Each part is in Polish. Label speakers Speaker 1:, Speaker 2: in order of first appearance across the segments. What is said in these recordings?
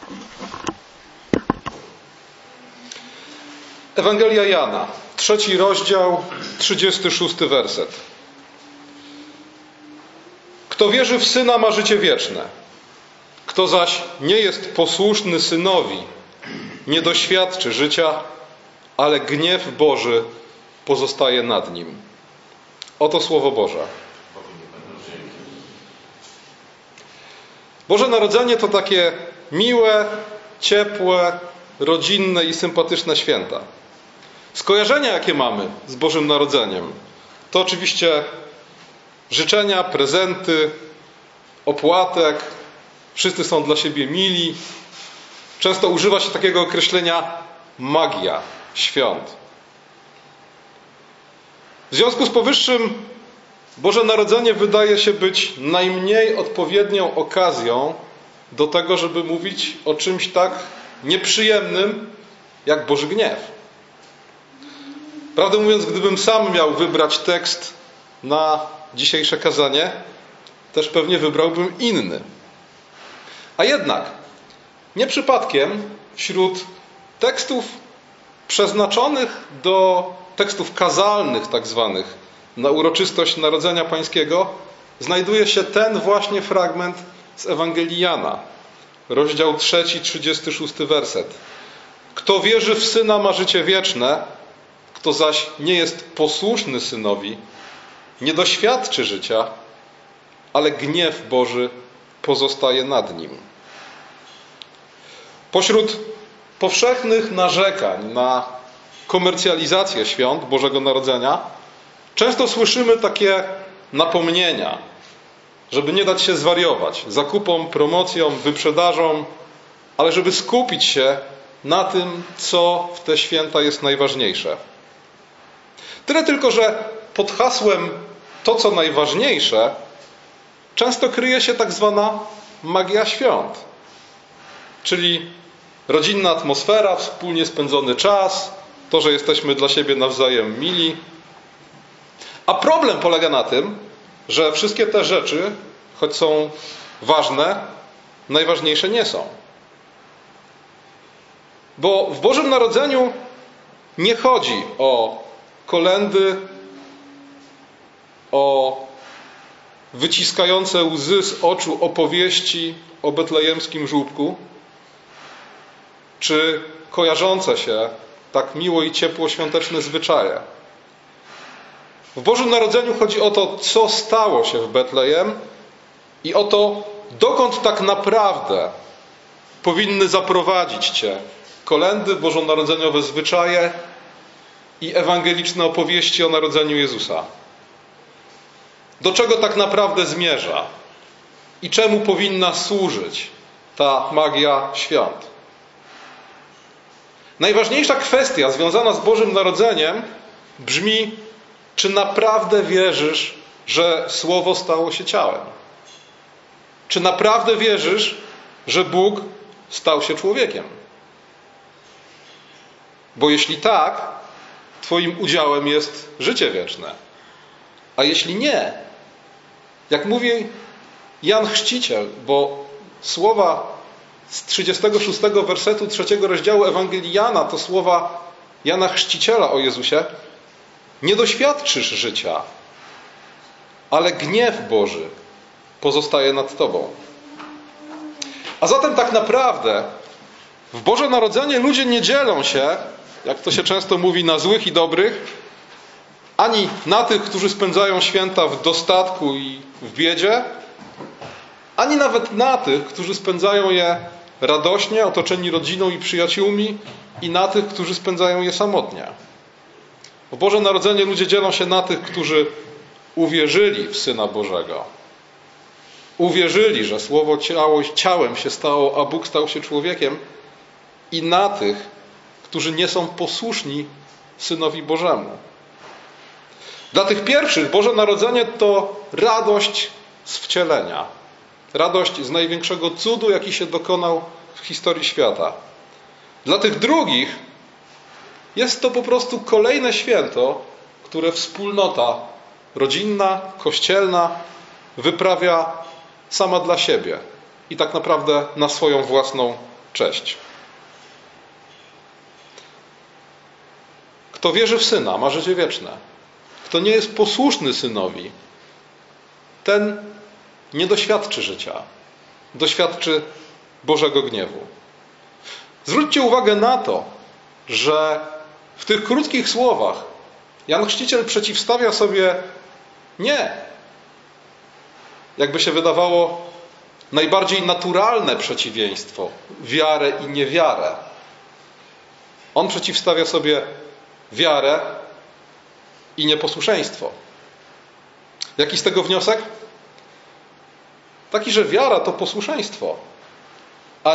Speaker 1: Ewangelia Jana, 3 rozdział, 36 werset. Kto wierzy w Syna, ma życie wieczne. Kto zaś nie jest posłuszny Synowi, nie doświadczy życia, ale gniew Boży pozostaje nad nim. Oto Słowo Boże. Boże Narodzenie to takie miłe, ciepłe, rodzinne i sympatyczne święta. Skojarzenia, jakie mamy z Bożym Narodzeniem, to oczywiście życzenia, prezenty, opłatek. Wszyscy są dla siebie mili. Często używa się takiego określenia magia świąt. W związku z powyższym Boże Narodzenie wydaje się być najmniej odpowiednią okazją do tego, żeby mówić o czymś tak nieprzyjemnym jak Boży gniew. Prawdę mówiąc, gdybym sam miał wybrać tekst na dzisiejsze kazanie, też pewnie wybrałbym inny. A jednak nie przypadkiem wśród tekstów przeznaczonych do tekstów kazalnych tak zwanych na uroczystość Narodzenia Pańskiego znajduje się ten właśnie fragment z Ewangelii Jana, rozdział 3, 36 werset. Kto wierzy w Syna, ma życie wieczne, kto zaś nie jest posłuszny Synowi, nie doświadczy życia, ale gniew Boży pozostaje nad nim. Pośród powszechnych narzekań na komercjalizację świąt Bożego Narodzenia często słyszymy takie napomnienia, żeby nie dać się zwariować zakupom, promocjom, wyprzedażom, ale żeby skupić się na tym, co w te święta jest najważniejsze. Tyle tylko, że pod hasłem to, co najważniejsze, często kryje się tak zwana magia świąt. Czyli rodzinna atmosfera, wspólnie spędzony czas, to, że jesteśmy dla siebie nawzajem mili. A problem polega na tym, że wszystkie te rzeczy, choć są ważne, najważniejsze nie są. Bo w Bożym Narodzeniu nie chodzi o kolędy, o wyciskające łzy z oczu opowieści o betlejemskim żłóbku, czy kojarzące się tak miło i ciepło świąteczne zwyczaje. W Bożym Narodzeniu chodzi o to, co stało się w Betlejem i o to, dokąd tak naprawdę powinny zaprowadzić Cię kolędy, bożonarodzeniowe zwyczaje i ewangeliczne opowieści o narodzeniu Jezusa. Do czego tak naprawdę zmierza i czemu powinna służyć ta magia świąt. Najważniejsza kwestia związana z Bożym Narodzeniem brzmi: czy naprawdę wierzysz, że Słowo stało się ciałem? Czy naprawdę wierzysz, że Bóg stał się człowiekiem? Bo jeśli tak, Twoim udziałem jest życie wieczne. A jeśli nie, jak mówi Jan Chrzciciel, bo słowa z 36 wersetu 3 rozdziału Ewangelii Jana to słowa Jana Chrzciciela o Jezusie, nie doświadczysz życia, ale gniew Boży pozostaje nad Tobą. A zatem tak naprawdę w Boże Narodzenie ludzie nie dzielą się, jak to się często mówi, na złych i dobrych, ani na tych, którzy spędzają święta w dostatku i w biedzie, ani nawet na tych, którzy spędzają je radośnie, otoczeni rodziną i przyjaciółmi, i na tych, którzy spędzają je samotnie. W Boże Narodzenie ludzie dzielą się na tych, którzy uwierzyli w Syna Bożego. Uwierzyli, że Słowo ciałem się stało, a Bóg stał się człowiekiem, i na tych, którzy nie są posłuszni Synowi Bożemu. Dla tych pierwszych Boże Narodzenie to radość z wcielenia. Radość z największego cudu, jaki się dokonał w historii świata. Dla tych drugich jest to po prostu kolejne święto, które wspólnota rodzinna, kościelna wyprawia sama dla siebie i tak naprawdę na swoją własną Cześć. Kto wierzy w Syna, ma życie wieczne. Kto nie jest posłuszny Synowi, ten nie doświadczy życia. Doświadczy Bożego gniewu. Zwróćcie uwagę na to, że w tych krótkich słowach Jan Chrzciciel przeciwstawia sobie nie, jakby się wydawało, najbardziej naturalne przeciwieństwo, wiarę i niewiarę. On przeciwstawia sobie wiarę i nieposłuszeństwo. Jaki z tego wniosek? Taki, że wiara to posłuszeństwo, a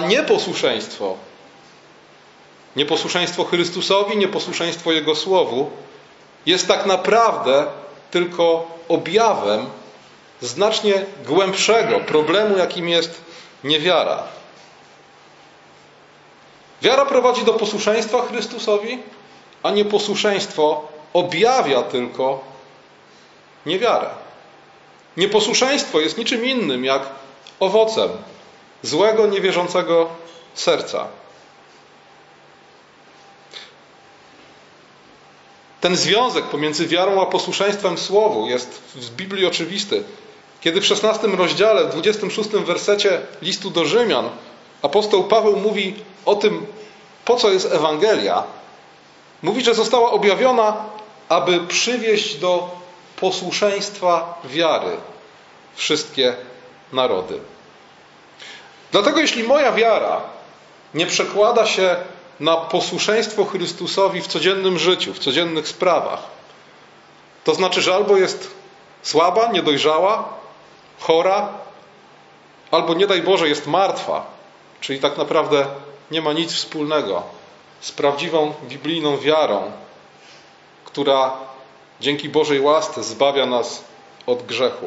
Speaker 1: nieposłuszeństwo Chrystusowi, nieposłuszeństwo Jego Słowu jest tak naprawdę tylko objawem znacznie głębszego problemu, jakim jest niewiara. Wiara prowadzi do posłuszeństwa Chrystusowi, a nieposłuszeństwo objawia tylko niewiarę. Nieposłuszeństwo jest niczym innym jak owocem złego, niewierzącego serca. Ten związek pomiędzy wiarą a posłuszeństwem Słowu jest w Biblii oczywisty. Kiedy w 16 rozdziale, w 26 wersecie listu do Rzymian apostoł Paweł mówi o tym, po co jest Ewangelia, mówi, że została objawiona, aby przywieść do posłuszeństwa wiary wszystkie narody. Dlatego jeśli moja wiara nie przekłada się na posłuszeństwo Chrystusowi w codziennym życiu, w codziennych sprawach, to znaczy, że albo jest słaba, niedojrzała, chora, albo nie daj Boże jest martwa, czyli tak naprawdę nie ma nic wspólnego z prawdziwą biblijną wiarą, która dzięki Bożej łasce zbawia nas od grzechu.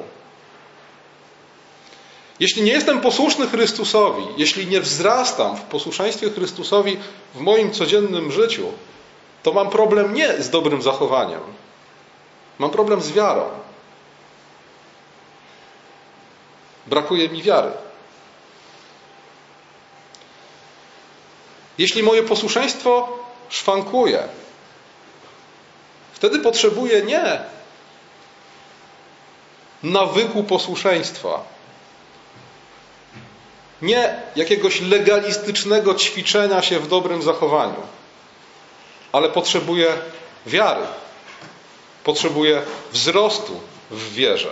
Speaker 1: Jeśli nie jestem posłuszny Chrystusowi, jeśli nie wzrastam w posłuszeństwie Chrystusowi w moim codziennym życiu, to mam problem nie z dobrym zachowaniem. Mam problem z wiarą. Brakuje mi wiary. Jeśli moje posłuszeństwo szwankuje, wtedy potrzebuję nie nawyku posłuszeństwa, nie jakiegoś legalistycznego ćwiczenia się w dobrym zachowaniu, ale potrzebuję wiary. Potrzebuję wzrostu w wierze.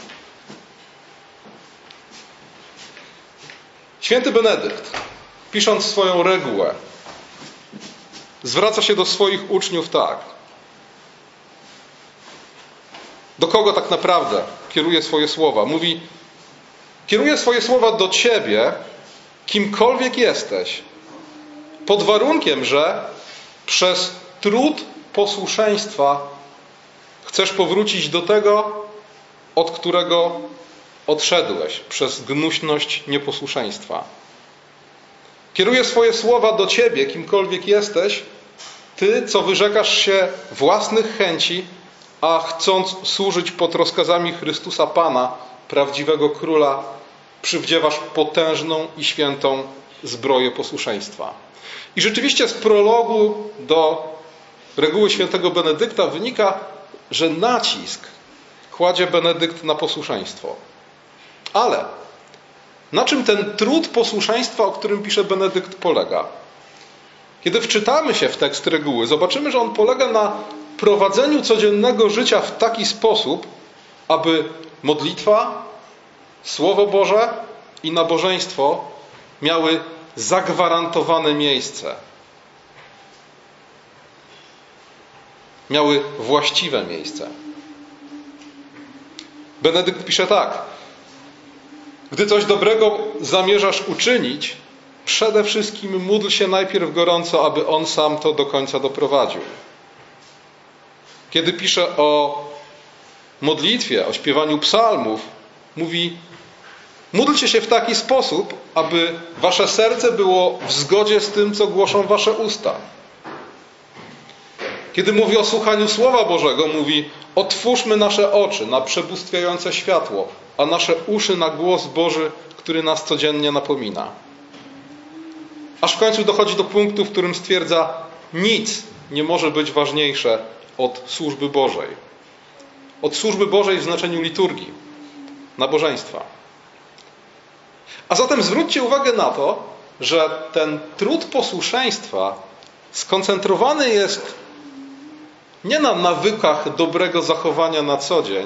Speaker 1: Święty Benedykt, pisząc swoją regułę, zwraca się do swoich uczniów tak. Do kogo tak naprawdę kieruje swoje słowa? Mówi: kieruję swoje słowa do ciebie, kimkolwiek jesteś, pod warunkiem, że przez trud posłuszeństwa chcesz powrócić do tego, od którego odszedłeś przez gnuśność nieposłuszeństwa. Kieruję swoje słowa do ciebie, kimkolwiek jesteś, ty, co wyrzekasz się własnych chęci, a chcąc służyć pod rozkazami Chrystusa Pana, prawdziwego Króla, przywdziewasz potężną i świętą zbroję posłuszeństwa. I rzeczywiście z prologu do reguły świętego Benedykta wynika, że nacisk kładzie Benedykt na posłuszeństwo. Ale na czym ten trud posłuszeństwa, o którym pisze Benedykt, polega? Kiedy wczytamy się w tekst reguły, zobaczymy, że on polega na prowadzeniu codziennego życia w taki sposób, aby modlitwa, Słowo Boże i nabożeństwo miały zagwarantowane miejsce. Miały właściwe miejsce. Benedykt pisze tak: gdy coś dobrego zamierzasz uczynić, przede wszystkim módl się najpierw gorąco, aby On sam to do końca doprowadził. Kiedy pisze o modlitwie, o śpiewaniu psalmów, mówi: módlcie się w taki sposób, aby wasze serce było w zgodzie z tym, co głoszą wasze usta. Kiedy mówi o słuchaniu Słowa Bożego, mówi: otwórzmy nasze oczy na przebóstwiające światło, a nasze uszy na głos Boży, który nas codziennie napomina. Aż w końcu dochodzi do punktu, w którym stwierdza: nic nie może być ważniejsze od służby Bożej. Od służby Bożej w znaczeniu liturgii, nabożeństwa. A zatem zwróćcie uwagę na to, że ten trud posłuszeństwa skoncentrowany jest nie na nawykach dobrego zachowania na co dzień,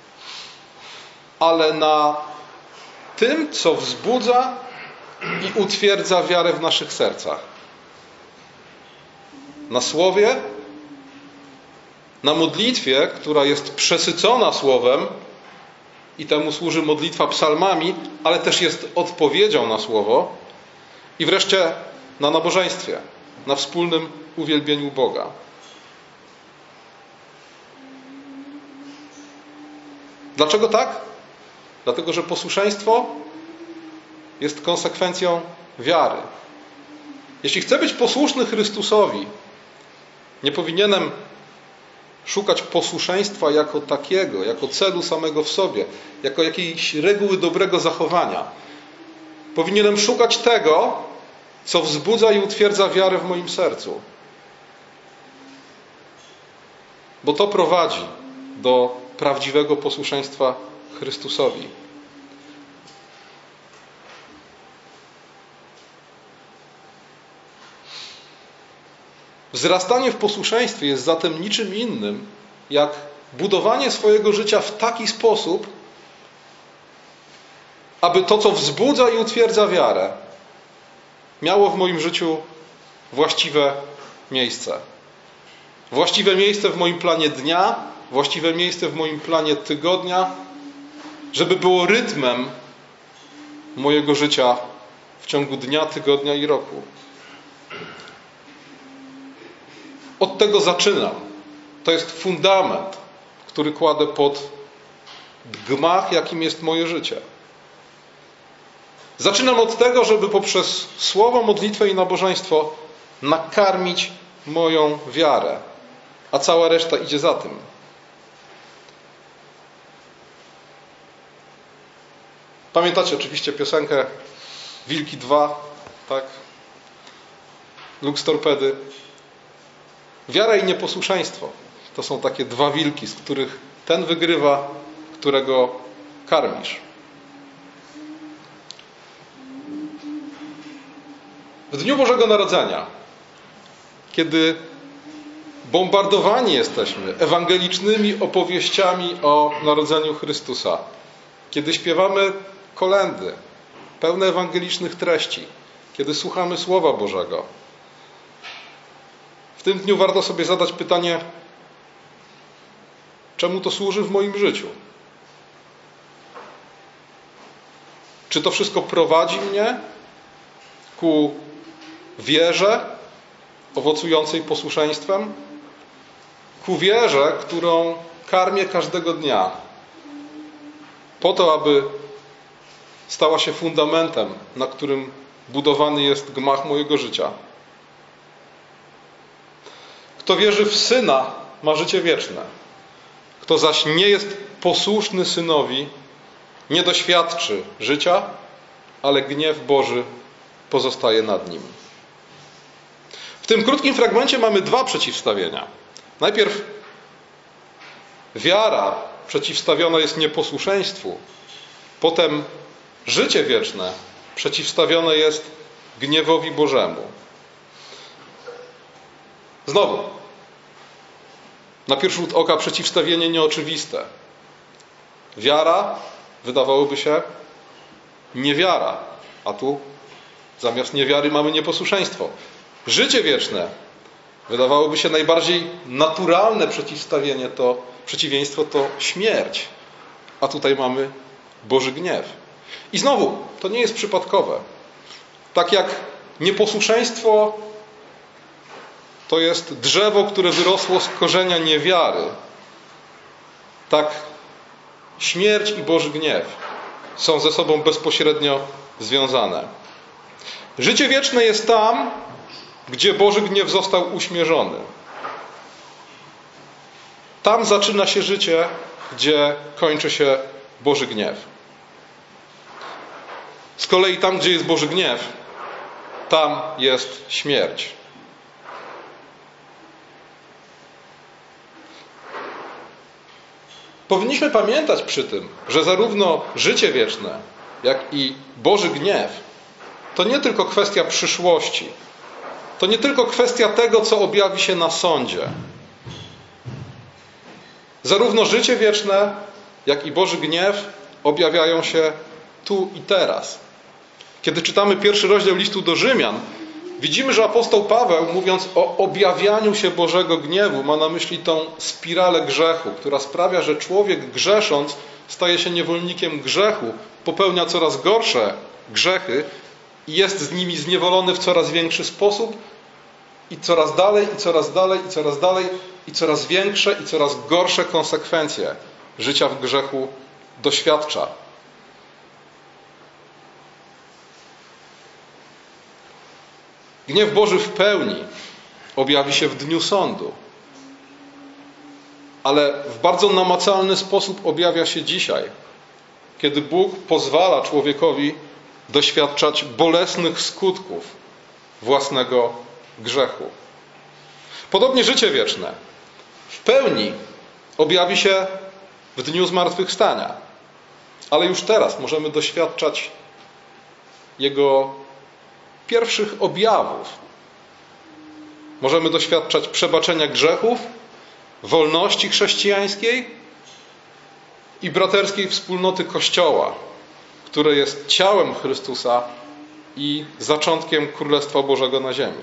Speaker 1: ale na tym, co wzbudza i utwierdza wiarę w naszych sercach. Na słowie, na modlitwie, która jest przesycona słowem i temu służy modlitwa psalmami, ale też jest odpowiedzią na słowo, i wreszcie na nabożeństwie, na wspólnym uwielbieniu Boga. Dlaczego tak? Dlatego, że posłuszeństwo jest konsekwencją wiary. Jeśli chcę być posłuszny Chrystusowi, nie powinienem szukać posłuszeństwa jako takiego, jako celu samego w sobie, jako jakiejś reguły dobrego zachowania. Powinienem szukać tego, co wzbudza i utwierdza wiarę w moim sercu. Bo to prowadzi do prawdziwego posłuszeństwa Chrystusowi. Wzrastanie w posłuszeństwie jest zatem niczym innym, jak budowanie swojego życia w taki sposób, aby to, co wzbudza i utwierdza wiarę, miało w moim życiu właściwe miejsce. Właściwe miejsce w moim planie dnia, właściwe miejsce w moim planie tygodnia, żeby było rytmem mojego życia w ciągu dnia, tygodnia i roku. Od tego zaczynam. To jest fundament, który kładę pod gmach, jakim jest moje życie. Zaczynam od tego, żeby poprzez słowo, modlitwę i nabożeństwo nakarmić moją wiarę, a cała reszta idzie za tym. Pamiętacie oczywiście piosenkę Wilki 2, tak? Lux Torpedy. Wiara i nieposłuszeństwo to są takie dwa wilki, z których ten wygrywa, którego karmisz. W dniu Bożego Narodzenia, kiedy bombardowani jesteśmy ewangelicznymi opowieściami o narodzeniu Chrystusa, kiedy śpiewamy kolędy pełne ewangelicznych treści, kiedy słuchamy Słowa Bożego, w tym dniu warto sobie zadać pytanie, czemu to służy w moim życiu? Czy to wszystko prowadzi mnie ku wierze owocującej posłuszeństwem? Ku wierze, którą karmię każdego dnia, po to, aby stała się fundamentem, na którym budowany jest gmach mojego życia. Kto wierzy w Syna, ma życie wieczne. Kto zaś nie jest posłuszny Synowi, nie doświadczy życia, ale gniew Boży pozostaje nad nim. W tym krótkim fragmencie mamy dwa przeciwstawienia. Najpierw wiara przeciwstawiona jest nieposłuszeństwu. Potem życie wieczne przeciwstawione jest gniewowi Bożemu. Znowu, na pierwszy rzut oka przeciwstawienie nieoczywiste. Wiara, wydawałoby się, niewiara, a tu zamiast niewiary mamy nieposłuszeństwo. Życie wieczne, wydawałoby się najbardziej naturalne przeciwieństwo to śmierć, a tutaj mamy Boży gniew. I znowu, to nie jest przypadkowe. Tak jak nieposłuszeństwo to jest drzewo, które wyrosło z korzenia niewiary, tak śmierć i Boży gniew są ze sobą bezpośrednio związane. Życie wieczne jest tam, gdzie Boży gniew został uśmierzony. Tam zaczyna się życie, gdzie kończy się Boży gniew. Z kolei tam, gdzie jest Boży gniew, tam jest śmierć. Powinniśmy pamiętać przy tym, że zarówno życie wieczne, jak i Boży gniew to nie tylko kwestia przyszłości. To nie tylko kwestia tego, co objawi się na sądzie. Zarówno życie wieczne, jak i Boży gniew objawiają się tu i teraz. Kiedy czytamy pierwszy rozdział listu do Rzymian, widzimy, że apostoł Paweł, mówiąc o objawianiu się Bożego gniewu, ma na myśli tą spiralę grzechu, która sprawia, że człowiek grzesząc staje się niewolnikiem grzechu, popełnia coraz gorsze grzechy i jest z nimi zniewolony w coraz większy sposób i coraz dalej, i coraz dalej, i coraz dalej, i coraz większe, i coraz gorsze konsekwencje życia w grzechu doświadcza. Gniew Boży w pełni objawi się w dniu sądu, ale w bardzo namacalny sposób objawia się dzisiaj, kiedy Bóg pozwala człowiekowi doświadczać bolesnych skutków własnego grzechu. Podobnie życie wieczne w pełni objawi się w dniu zmartwychwstania, ale już teraz możemy doświadczać jego pierwszych objawów. Możemy doświadczać przebaczenia grzechów, wolności chrześcijańskiej i braterskiej wspólnoty Kościoła, które jest ciałem Chrystusa i zaczątkiem Królestwa Bożego na ziemi.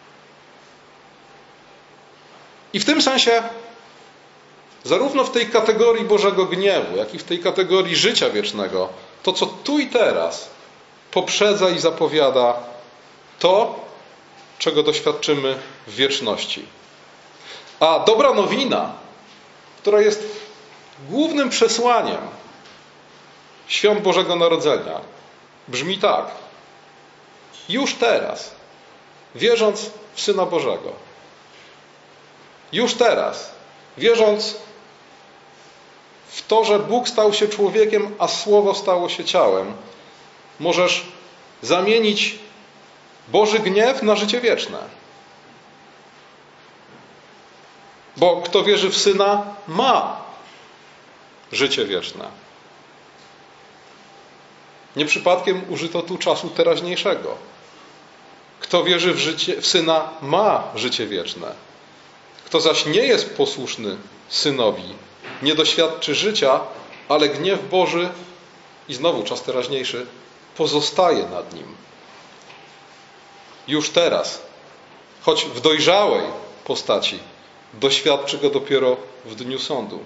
Speaker 1: I w tym sensie, zarówno w tej kategorii Bożego gniewu, jak i w tej kategorii życia wiecznego, to co tu i teraz poprzedza i zapowiada to, czego doświadczymy w wieczności. A dobra nowina, która jest głównym przesłaniem świąt Bożego Narodzenia, brzmi tak. Już teraz, wierząc w Syna Bożego, już teraz, wierząc w to, że Bóg stał się człowiekiem, a Słowo stało się ciałem, możesz zamienić Boży gniew na życie wieczne. Bo kto wierzy w Syna, ma życie wieczne. Nie przypadkiem użyto tu czasu teraźniejszego. Kto wierzy w Syna, ma życie wieczne. Kto zaś nie jest posłuszny Synowi, nie doświadczy życia, ale gniew Boży, i znowu czas teraźniejszy, pozostaje nad nim. Już teraz, choć w dojrzałej postaci, doświadczy go dopiero w dniu sądu.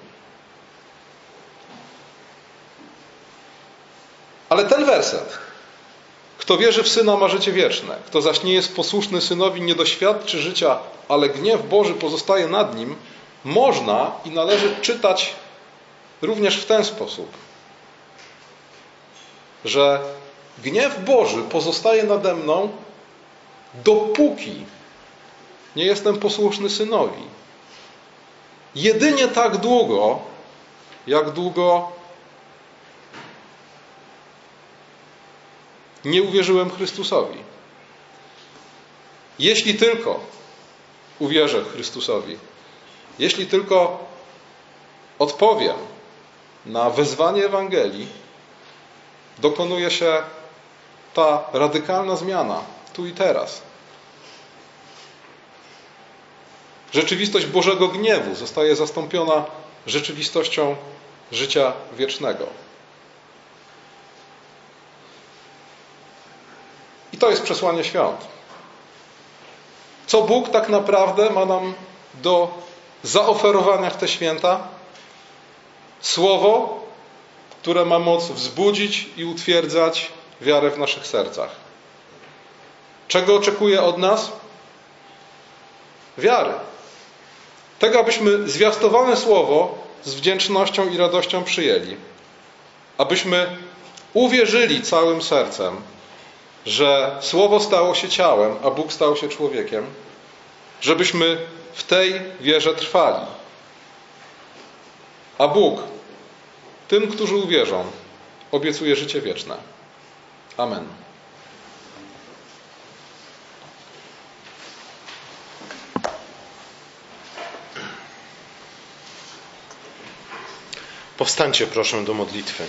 Speaker 1: Ale ten werset, kto wierzy w Syna, ma życie wieczne, kto zaś nie jest posłuszny Synowi, nie doświadczy życia, ale gniew Boży pozostaje nad nim, można i należy czytać również w ten sposób, że gniew Boży pozostaje nade mną, dopóki nie jestem posłuszny Synowi. Jedynie tak długo, jak długo nie uwierzyłem Chrystusowi. Jeśli tylko uwierzę Chrystusowi, jeśli tylko odpowiem na wezwanie Ewangelii, dokonuje się ta radykalna zmiana tu i teraz. Rzeczywistość Bożego gniewu zostaje zastąpiona rzeczywistością życia wiecznego. I to jest przesłanie świąt. Co Bóg tak naprawdę ma nam do zaoferowania w te święta? Słowo, które ma moc wzbudzić i utwierdzać wiarę w naszych sercach. Czego oczekuje od nas? Wiary. Tego, abyśmy zwiastowane słowo z wdzięcznością i radością przyjęli. Abyśmy uwierzyli całym sercem, że Słowo stało się ciałem, a Bóg stał się człowiekiem. Żebyśmy w tej wierze trwali. A Bóg tym, którzy uwierzą, obiecuje życie wieczne. Amen.
Speaker 2: Powstańcie proszę do modlitwy.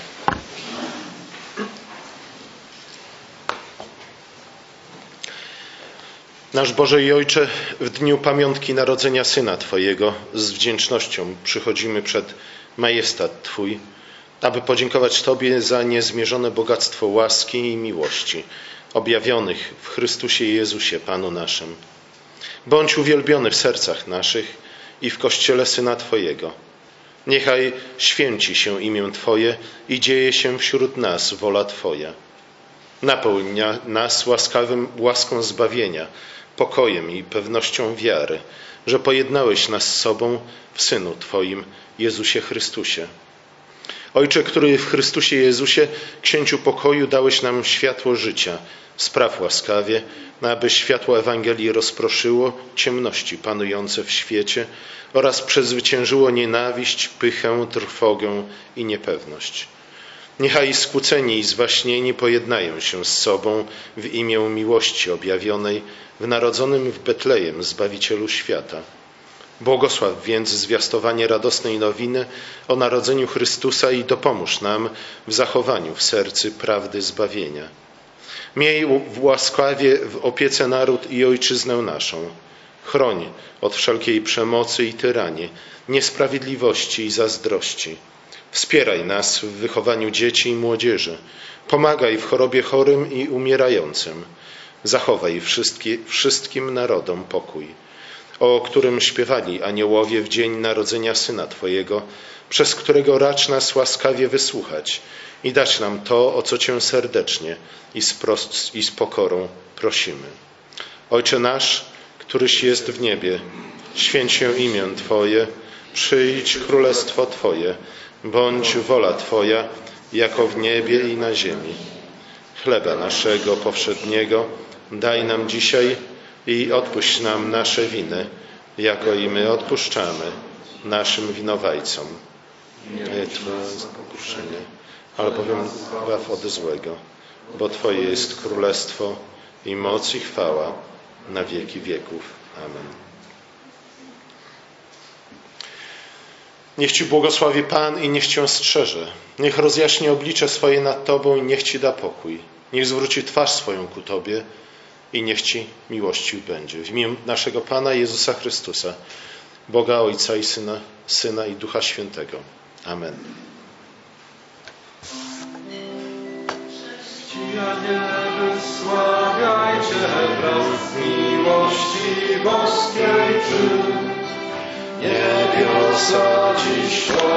Speaker 2: Nasz Boże i Ojcze, w dniu pamiątki narodzenia Syna Twojego z wdzięcznością przychodzimy przed majestat Twój, aby podziękować Tobie za niezmierzone bogactwo łaski i miłości objawionych w Chrystusie Jezusie, Panu naszym. Bądź uwielbiony w sercach naszych i w Kościele Syna Twojego. Niechaj święci się imię Twoje i dzieje się wśród nas wola Twoja. Napełń nas łaską zbawienia, pokojem i pewnością wiary, że pojednałeś nas z sobą w Synu Twoim, Jezusie Chrystusie. Ojcze, który w Chrystusie Jezusie, Księciu pokoju, dałeś nam światło życia, spraw łaskawie, aby światło Ewangelii rozproszyło ciemności panujące w świecie oraz przezwyciężyło nienawiść, pychę, trwogę i niepewność. Niechaj skłóceni i zwaśnieni pojednają się z sobą w imię miłości objawionej w narodzonym w Betlejem Zbawicielu świata. Błogosław więc zwiastowanie radosnej nowiny o narodzeniu Chrystusa i dopomóż nam w zachowaniu w sercu prawdy zbawienia. Miej łaskawie w opiece naród i ojczyznę naszą. Chroń od wszelkiej przemocy i tyranii, niesprawiedliwości i zazdrości. Wspieraj nas w wychowaniu dzieci i młodzieży. Pomagaj w chorobie chorym i umierającym. Zachowaj wszystkim narodom pokój, o którym śpiewali aniołowie w dzień narodzenia Syna Twojego, przez którego racz nas łaskawie wysłuchać i dać nam to, o co Cię serdecznie i z pokorą prosimy. Ojcze nasz, któryś jest w niebie, święć się imię Twoje, przyjdź królestwo Twoje, bądź wola Twoja, jako w niebie i na ziemi. Chleba naszego powszedniego daj nam dzisiaj i odpuść nam nasze winy, jako i my odpuszczamy naszym winowajcom. Nie Twoje pokuszenie, albowiem zbaw od złego, bo Twoje jest królestwo i moc i chwała na wieki wieków. Amen. Niech Ci błogosławi Pan i niech Cię strzeże. Niech rozjaśni oblicze swoje nad Tobą i niech Ci da pokój. Niech zwróci twarz swoją ku Tobie i niech Ci miłościł będzie. W imię naszego Pana Jezusa Chrystusa, Boga Ojca i Syna i Ducha Świętego. Amen.
Speaker 3: Wysławiajcie wraz z miłości boskiej czyn. Niebiosa dziś